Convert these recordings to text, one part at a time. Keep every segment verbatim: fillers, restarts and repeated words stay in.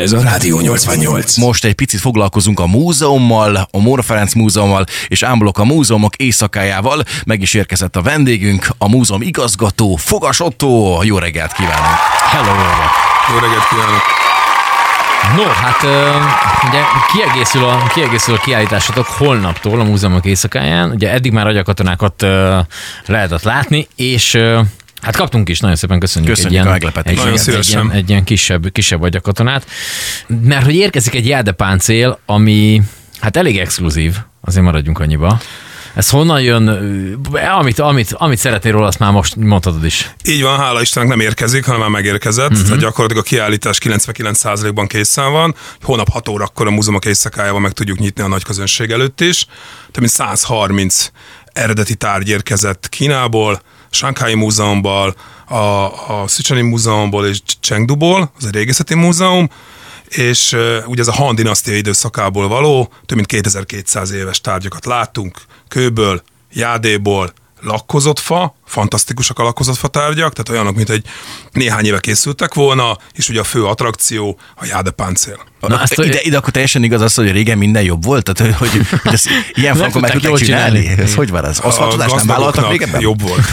Ez a Rádió nyolcvannyolc. Most egy picit foglalkozunk a múzeummal, a Móra Ferenc Múzeummal, és ámblok a múzeumok éjszakájával. Meg is érkezett a vendégünk, a múzeum igazgató, Fogas Ottó. Jó reggelt kívánok! Hello, Jó reggelt kívánok! No, hát ugye kiegészül a, kiegészül a kiállításotok holnaptól a múzeumok éjszakáján. Ugye eddig már agyakatonákat lehetett látni, és hát kaptunk is, nagyon szépen köszönjük, köszönjük egy, a ilyen, egy, nagyon ilyen, egy, ilyen, egy ilyen kisebb, kisebb agyakatonát. Mert hogy érkezik egy jádepáncél, ami hát elég exkluzív, azért maradjunk annyiba. Ez honnan jön? Amit, amit, amit szeretnél róla, azt már most mondhatod is. Így van, hála Istennek nem érkezik, hanem már megérkezett. Uh-huh. Tehát gyakorlatilag a kiállítás kilencvenkilenc százalékban készen van. Hónap hat órakor a múzeumok éjszakájával meg tudjuk nyitni a nagy közönség előtt is. Több mint száz harminc eredeti tárgy érkezett Kínából, Sanghái Múzeumból, a, a Szicsiani Múzeumból és Chengduból, az a régészeti múzeum, és uh, ugye ez a Han dinasztia időszakából való, több mint kétezer-kétszáz éves tárgyakat láttunk, kőből, jádéból, lakkozott fa, fantasztikusak a lakkozott fa tárgyak, tehát olyanok, mint egy néhány éve készültek volna, és ugye a fő attrakció a jádepáncél. Na, azt, ide, ide akkor teljesen igaz az, hogy régen minden jobb volt? Tehát, hogy, hogy ez, ilyen falkon meg tudták csinálni? csinálni. Ez hogy van ez? Aszfaltozást nem vállaltak régebben? Jobb volt.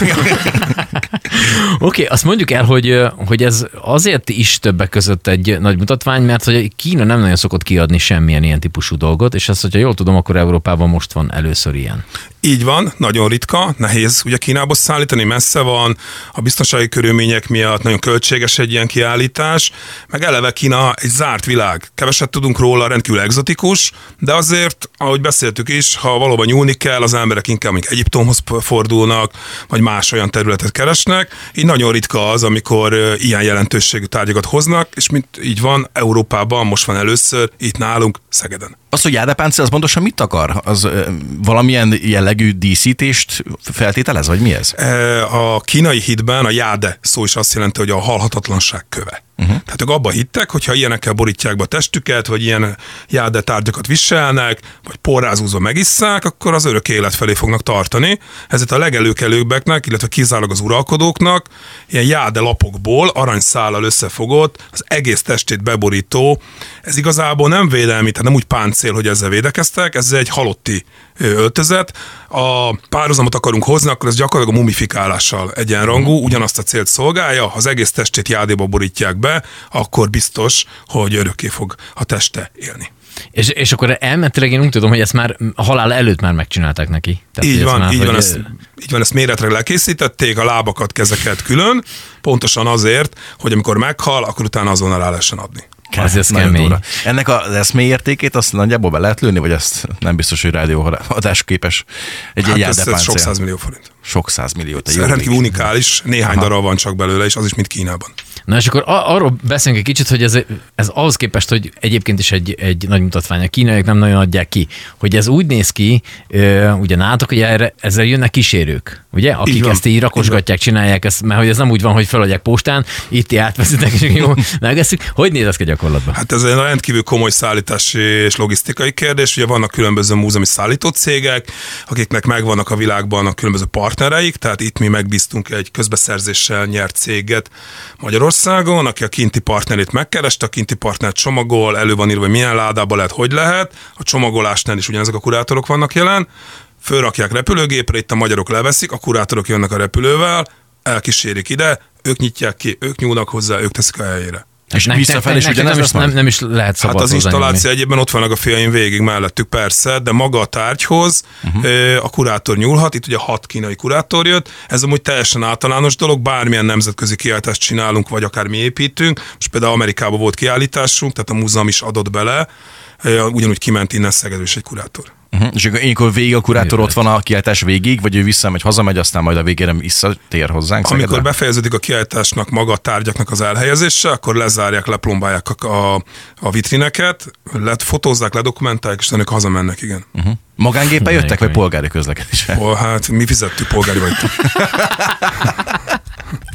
Oké, okay, azt mondjuk el, hogy, hogy ez azért is többek között egy nagy mutatvány, mert hogy Kína nem nagyon szokott kiadni semmilyen ilyen típusú dolgot, és azt, hogyha jól tudom, akkor Európában most van először ilyen. Így van, nagyon ritka, nehéz ugye Kínába szállítani, messze van, a biztonsági körülmények miatt nagyon költséges egy ilyen kiállítás, meg eleve Kína egy zárt világ. Keveset tudunk róla, rendkívül egzotikus, de azért, ahogy beszéltük is, ha valóban nyúlni kell, az emberek inkább még Egyiptomhoz fordulnak, vagy más olyan területet keresnek. Így nagyon ritka az, amikor ilyen jelentőségű tárgyakat hoznak, és mint így van, Európában most van először, itt nálunk, Szegeden. Az, hogy jádepáncél, az pontosan mit akar? Az ö, valamilyen jellegű díszítést feltételez, vagy mi ez? A kínai hitben a jáde szó is azt jelenti, hogy a halhatatlanság köve. Uh-huh. Tehát ők abba hittek, hogyha ilyenekkel borítják be a testüket, vagy ilyen jáde tárgyakat viselnek, vagy porrázúzva megisszák, akkor az örök élet felé fognak tartani. Ezért a legelőkelőbbeknek, illetve kizárólag az uralkodóknak ilyen jáde lapokból aranyszállal összefogott, az egész testét beborító, ez igazából nem védelmi, tehát nem úgy páncél, hogy ezzel védekeztek, ez egy halotti öltözet. A párhuzamot akarunk hozni, akkor ez gyakorlatilag a mumifikálással egyenrangú, ugyanazt a célt szolgálja, ha az egész testét jádéba borítják be, akkor biztos, hogy örökké fog a teste élni. És, és akkor elméletileg én úgy tudom, hogy ezt már a halál előtt már megcsinálták neki. Tehát, így van, már, így, van hogy... ezt, így van, ezt méretre lekészítették, a lábakat, kezeket külön, pontosan azért, hogy amikor meghal, akkor utána azonnal rá lehessen adni. Ez, ez kemény. Ennek az eszmélyértékét azt nagyjából be lehet lőni, vagy azt nem biztos, hogy rádióadásképes egy hát ilyen ez, ez sok százmillió forint. Sok százmillió. Ez rendkívül unikális, néhány Aha. darab van csak belőle, és az is, mint Kínában. Na és akkor arról beszélünk egy kicsit, hogy ez, ez ahhoz képest, hogy egyébként is egy, egy nagy mutatvány, a kínaiak nem nagyon adják ki, hogy ez úgy néz ki, ugye nálatok, hogy erre, ezzel jönnek kísérők, ugye? Akik így ezt így rakosgatják, csinálják ezt, mert hogy ez nem úgy van, hogy feladják postán, itt átveszitek, és jó, megesszük. Hogy néz ez ki gyakorlatban? Hát ez egy rendkívül komoly szállítási és logisztikai kérdés. Ugye vannak különböző múzeumi szállító cégek, akiknek megvannak a világban a különböző partnereik, tehát itt mi megbíztunk egy közbeszerzéssel nyert céget Magyarországon, aki a kinti partnerét megkereste, a kinti partnert csomagol, elő van írva, hogy milyen ládába lehet, hogy lehet. A csomagolásnál is ugyanezek a kurátorok vannak jelen. Fölrakják repülőgépre, itt a magyarok leveszik, a kurátorok jönnek a repülővel, elkísérik ide, ők nyitják ki, ők nyúlnak hozzá, ők teszik a helyére. És visszafelé is ugyanez is nem, nem is lehet szabad. Hát az installáció egyébben ott vannak a fiaim végig mellettük persze, de maga a tárgyhoz uh-huh. a kurátor nyúlhat, itt ugye hat kínai kurátor jött, ez amúgy teljesen általános dolog, bármilyen nemzetközi kiállítást csinálunk, vagy akár mi építünk, most például Amerikában volt kiállításunk, tehát a múzeum is adott bele, ugyanúgy kiment innen Szegedről is egy kurátor. Uh-huh. És akkor végig a kurátor ott van a kiállítás végig, vagy ő visszamegy, hazamegy, aztán majd a végére visszatér hozzánk Szegedre? Amikor befejeződik a kiállításnak maga a tárgyaknak az elhelyezése, akkor lezárják, leplombálják a, a, a vitrineket, lefotózzák, ledokumentálják, és önök hazamennek, igen. Uh-huh. Magángéppel jöttek, vagy polgári közlekedésre? Oh, hát mi fizettük, polgári vagytok.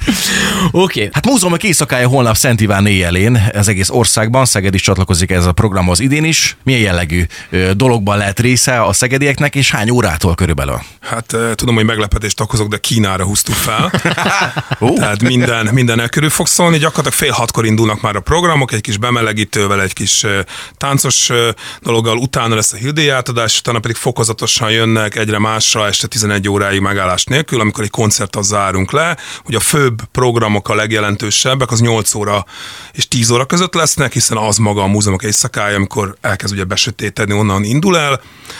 Oké. Okay. Hát múzeumok éjszakája holnap Szent Iván éjjelén, az egész országban, Szeged is csatlakozik ez a programhoz idén is. Milyen jellegű dologban lehet része a szegedieknek, és hány órától körülbelül? Hát tudom, hogy meglepetést okozok, de Kínára húztuk fel. uh. Tehát minden, minden körül fog szólni. Gyakorlatilag fél hatkor indulnak már a programok, egy kis bemelegítővel, egy kis táncos dologgal, utána lesz a hildéi átadás, utána pedig fokozatosan jönnek egyre másra, este tizenegy óráig megállás nélkül, amikor egy koncerttel zárunk le. Ugye a főbb programok a legjelentősebbek, az nyolc óra és tíz óra között lesznek, hiszen az maga a múzeumok éjszakája, amikor elkezd ugye besötétedni, onnan indul el.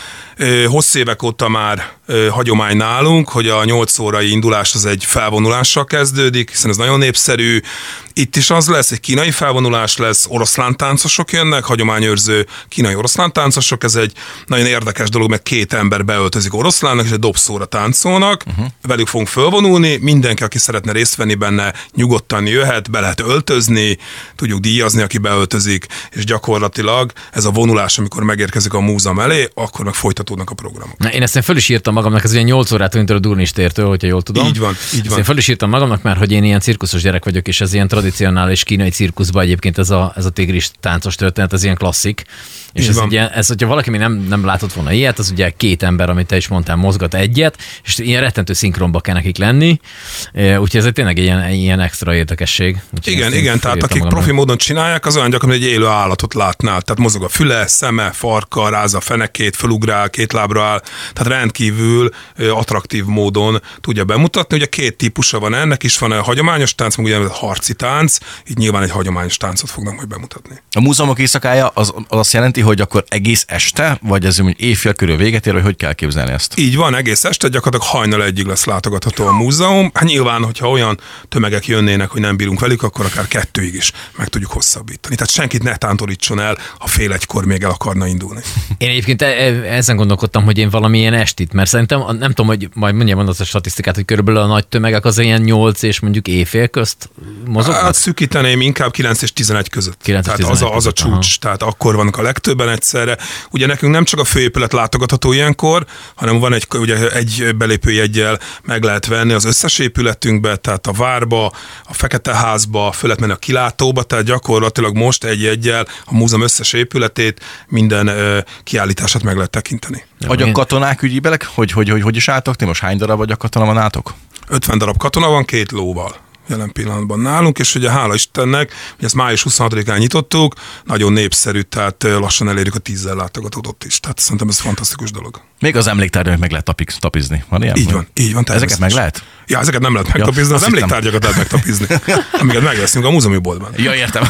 Hosszú évek óta már hagyomány nálunk, hogy a nyolc órai indulás az egy felvonulással kezdődik, hiszen ez nagyon népszerű. Itt is az lesz, egy kínai felvonulás lesz, oroszlántáncosok jönnek, hagyományőrző kínai oroszlántáncosok, ez egy nagyon érdekes dolog, mert két ember beöltözik oroszlánnak, és egy dobszóra táncolnak, uh-huh. velük fogunk fölvonulni, mindenki, aki szeretne részt venni benne, nyugodtan jöhet, be lehet öltözni, tudjuk díjazni, aki beöltözik, és gyakorlatilag ez a vonulás, amikor megérkezik a múzeum elé, akkor meg folytatódnak a programok. Na, én ezt föl is írtam magamnak, ez ugye nyolc órától indul a Durnistértől, hogyha jól tudom. Így van, így van. Én föl is írtam magamnak, mert hogy én ilyen cirkuszos gyerek vagyok, és ez ilyen tradicionális kínai cirkuszban egyébként ez a, ez a tigris táncos történet, ez ilyen klasszik. És ez, ugye, ez, hogyha valaki még nem, nem látott volna ilyet, az ugye két ember, amit te is mondtál, mozgat egyet, és ilyen rettentő szinkronba kell nekik lenni. Úgyhogy ez egy tényleg egy ilyen, ilyen extra érdekesség. Úgyhogy igen, igen, tehát akik profi módon csinálják, az olyan gyakran, hogy egy élő állatot látnál. Tehát mozog a füle, szeme, farka, rázza a fenekét, fölugrál, két lábra áll. Tehát rendkívül attraktív módon tudja bemutatni. Ugye két típusa van ennek, is van a hagyományos tánc, meg ugye a harci tánc, így nyilván egy hagyományos táncot fognak majd bemutatni. A múzeumok éjszakája az, az azt jelenti, hogy akkor egész este, vagy ez úgy éjfél körül véget ér, vagy hogy kell képzelni ezt? Így van, egész este, gyakorlatilag hajnal egyig lesz látogatható a múzeum. Hát nyilván, hogyha olyan tömegek jönnének, hogy nem bírunk velük, akkor akár kettőig is meg tudjuk hosszabbítani. Tehát senkit ne tántorítson el, ha fél egykor még el akarna indulni. Én egyébként ezen gondolkodtam, hogy én valamilyen estit, mert szerintem nem tudom, hogy majd mondjam mondasz a statisztikát, hogy körülbelül a nagy tömegek az ilyen nyolc és mondjuk éjfél közt mozognak? Hát szűkíteném inkább kilenc és tizenegy között. kilenc tehát az a, az a csúcs, aha. Tehát akkor vannak a legtöbben egyszerre. Ugye nekünk nem csak a főépület látogatható ilyenkor, hanem van egy, ugye egy belépőjeggyel meg lehet venni az összes épületünkbe, tehát a várba, a Feketeházba, föl lehet menni a kilátóba, tehát gyakorlatilag most egy jeggyel a múzeum összes épületét, minden ö, kiállítását meg lehet tekinteni. Hogy a katonák ügyibelek? Hogy, hogy, hogy, hogy is álltok? Ti most hány darab vagy a katona van átok? ötven darab katona van, két lóval jelen pillanatban nálunk, és ugye hála Istennek, hogy ezt május huszonhatodikán nyitottuk, nagyon népszerű, tehát lassan elérjük a tízzel látogatót ott is. Tehát szerintem ez fantasztikus dolog. Még az emléktárgyak meg lehet tapik, tapizni. Van ilyen? Így van, így van. Ezeket meg lehet? Ja, ezeket nem lehet megtapizni, ja, az emléktárgyakat lehet megtapizni, amiket megveszünk a múzeumi boltban. Ja, értem.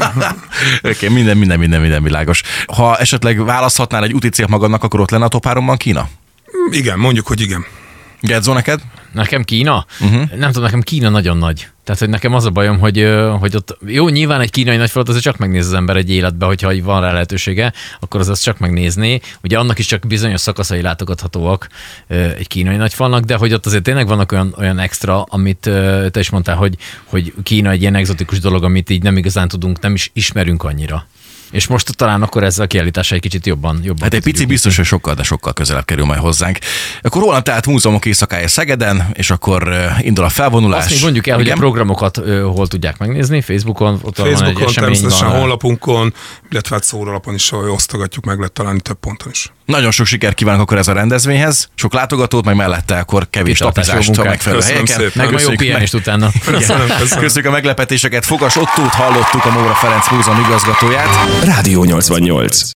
Oké, okay, minden, minden, minden, minden világos. Ha esetleg választhatnál egy úti célt magadnak, akkor ott lenne a top háromban Kína? Igen, mondjuk, hogy igen. Gedzó, neked? Nekem Kína? Uh-huh. Nem tudom, nekem Kína nagyon nagy. Tehát, hogy nekem az a bajom, hogy, hogy ott jó, nyilván egy kínai nagyfalat azért csak megnéz az ember egy életbe, hogyha van rá lehetősége, akkor az azt csak megnézni. Ugye annak is csak bizonyos szakaszai látogathatóak egy kínai nagyfalnak, de hogy ott azért tényleg vannak olyan, olyan extra, amit te is mondtál, hogy, hogy Kína egy ilyen egzotikus dolog, amit így nem igazán tudunk, nem is ismerünk annyira. És most talán akkor ezzel a kiállítása egy kicsit jobban. jobban hát egy pici biztos, hogy sokkal, de sokkal közelebb kerül majd hozzánk. Akkor holnap tehát múzeumok éjszakája Szegeden, és akkor indul a felvonulás. Azt még mondjuk el, igen? Hogy a programokat uh, hol tudják megnézni, Facebookon, ott Facebookon, van egy esemény, természetesen van, honlapunkon, illetve hát szórólapon is, ahol osztogatjuk, meg lehet találni több ponton is. Nagyon sok sikert kívánok akkor ez a rendezvényhez, sok látogatót, meg mellette akkor kevés tapizást a megfelelő helyeken. Meg a jó pihenést utána. Köszönjük a meglepetéseket. Fogas Ottót hallottuk, a Móra Ferenc Múzeum igazgatóját. Rádió nyolcvannyolc.